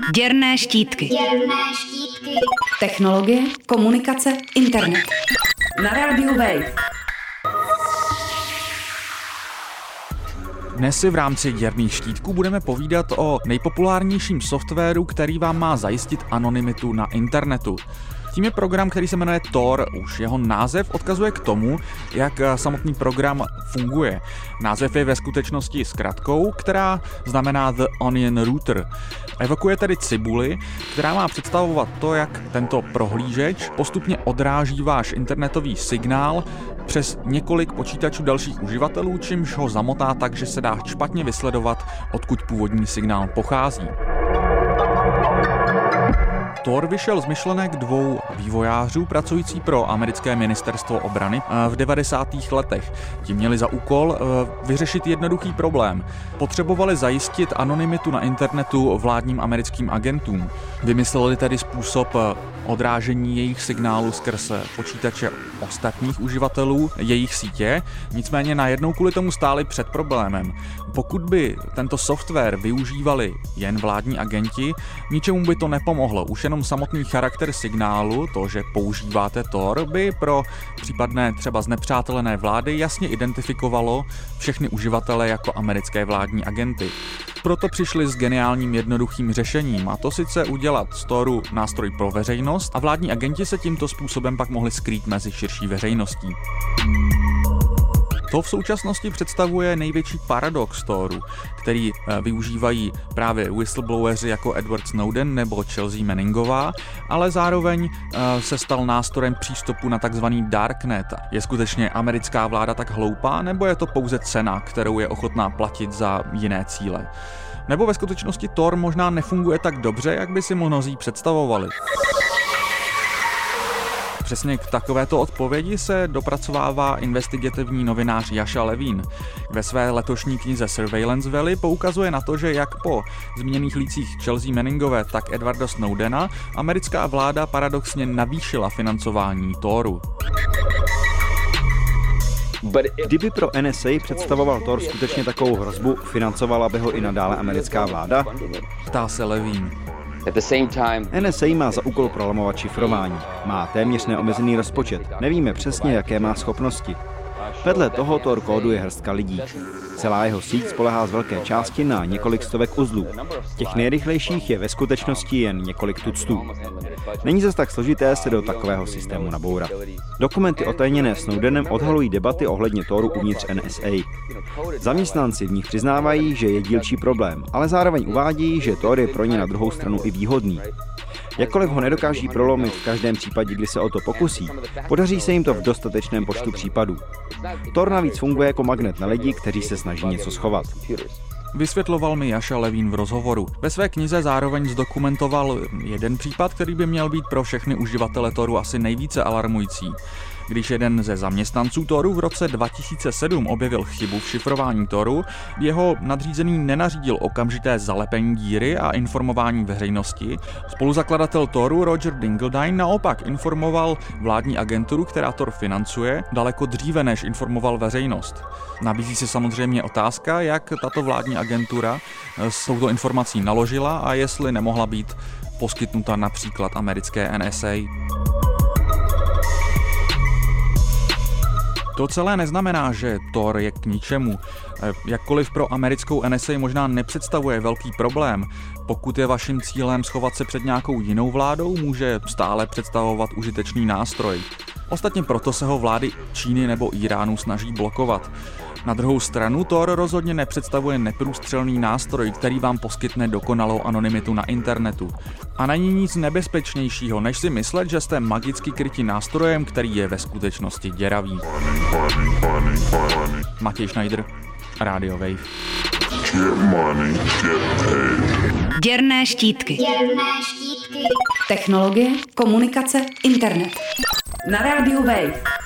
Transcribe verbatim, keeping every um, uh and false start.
Děrné štítky. Děrné štítky. Technologie, komunikace, internet. Na rádiu Wave. Dnes si v rámci děrných štítků budeme povídat o nejpopulárnějším softwaru, který vám má zajistit anonymitu na internetu. Tím je program, který se jmenuje Tor. Už jeho název odkazuje k tomu, jak samotný program funguje. Název je ve skutečnosti zkratkou, která znamená The Onion Router. Evokuje tedy cibuli, která má představovat to, jak tento prohlížeč postupně odráží váš internetový signál přes několik počítačů dalších uživatelů, čímž ho zamotá tak, že se dá špatně vysledovat, odkud původní signál pochází. Tor vyšel z myšlenek dvou vývojářů pracující pro americké ministerstvo obrany v devadesátých letech. Ti měli za úkol vyřešit jednoduchý problém. Potřebovali zajistit anonymitu na internetu vládním americkým agentům. Vymysleli tedy způsob odrážení jejich signálu skrze počítače ostatních uživatelů jejich sítě, nicméně najednou kvůli tomu stáli před problémem. Pokud by tento software využívali jen vládní agenti, ničemu by to nepomohlo. Už jenom samotný charakter signálu, to, že používáte Tor, by pro případné třeba znepřátelené vlády jasně identifikovalo všechny uživatele jako americké vládní agenty. Proto přišli s geniálním jednoduchým řešením, a to sice udělat z Toru nástroj pro veřejnost a vládní agenti se tímto způsobem pak mohli skrýt mezi širší veřejností. To v současnosti představuje největší paradox Toru, který využívají právě whistlebloweri jako Edward Snowden nebo Chelsea Manningová, ale zároveň se stal nástrojem přístupu na takzvaný darknet. Je skutečně americká vláda tak hloupá, nebo je to pouze cena, kterou je ochotná platit za jiné cíle? Nebo ve skutečnosti Tor možná nefunguje tak dobře, jak by si mnozí představovali? Přesně k takovéto odpovědi se dopracovává investigativní novinář Jascha Levin. Ve své letošní knize Surveillance Valley poukazuje na to, že jak po zmíněných lících Chelsea Manningové, tak Edwarda Snowdena americká vláda paradoxně navýšila financování Toru. Kdyby pro N S A představoval Tor skutečně takovou hrozbu, financovala by ho i nadále americká vláda? Ptá se Levin. N S A má za úkol prolamovat šifrování. Má téměř neomezený rozpočet. Nevíme přesně, jaké má schopnosti. Vedle toho Tor kóduje hrstka lidí. Celá jeho síť spolehá z velké části na několik stovek uzlů. Těch nejrychlejších je ve skutečnosti jen několik tuctů. Není zas tak složité se do takového systému nabourat. Dokumenty otajněné Snowdenem odhalují debaty ohledně Toru uvnitř N S A. Zaměstnanci v nich přiznávají, že je dílčí problém, ale zároveň uvádí, že Tor je pro ně na druhou stranu i výhodný. Jakkoliv ho nedokáží prolomit v každém případě, kdy se o to pokusí, podaří se jim to v dostatečném počtu případů. Tor navíc funguje jako magnet na lidi, kteří se snaží něco schovat. Vysvětloval mi Jascha Levin v rozhovoru. Ve své knize zároveň zdokumentoval jeden případ, který by měl být pro všechny uživatele Toru asi nejvíce alarmující. Když jeden ze zaměstnanců Toru v roce dva tisíce sedm objevil chybu v šifrování Toru, jeho nadřízený nenařídil okamžité zalepení díry a informování veřejnosti. Spoluzakladatel Toru Roger Dingledine naopak informoval vládní agenturu, která Tor financuje, daleko dříve, než informoval veřejnost. Nabízí se samozřejmě otázka, jak tato vládní agentura s touto informací naložila a jestli nemohla být poskytnuta například americké N S A. To celé neznamená, že Tor je k ničemu. Jakkoliv pro americkou N S A možná nepředstavuje velký problém, pokud je vaším cílem schovat se před nějakou jinou vládou, může stále představovat užitečný nástroj. Ostatně proto se ho vlády Číny nebo Iránu snaží blokovat. Na druhou stranu Tor rozhodně nepředstavuje neprůstřelný nástroj, který vám poskytne dokonalou anonymitu na internetu. A není nic nebezpečnějšího, než si myslet, že jste magicky kryti nástrojem, který je ve skutečnosti děravý. Matěj Schneider, Radio Wave. Děrné štítky. Děrné štítky. Technologie, komunikace, internet. Na rádiu Wave.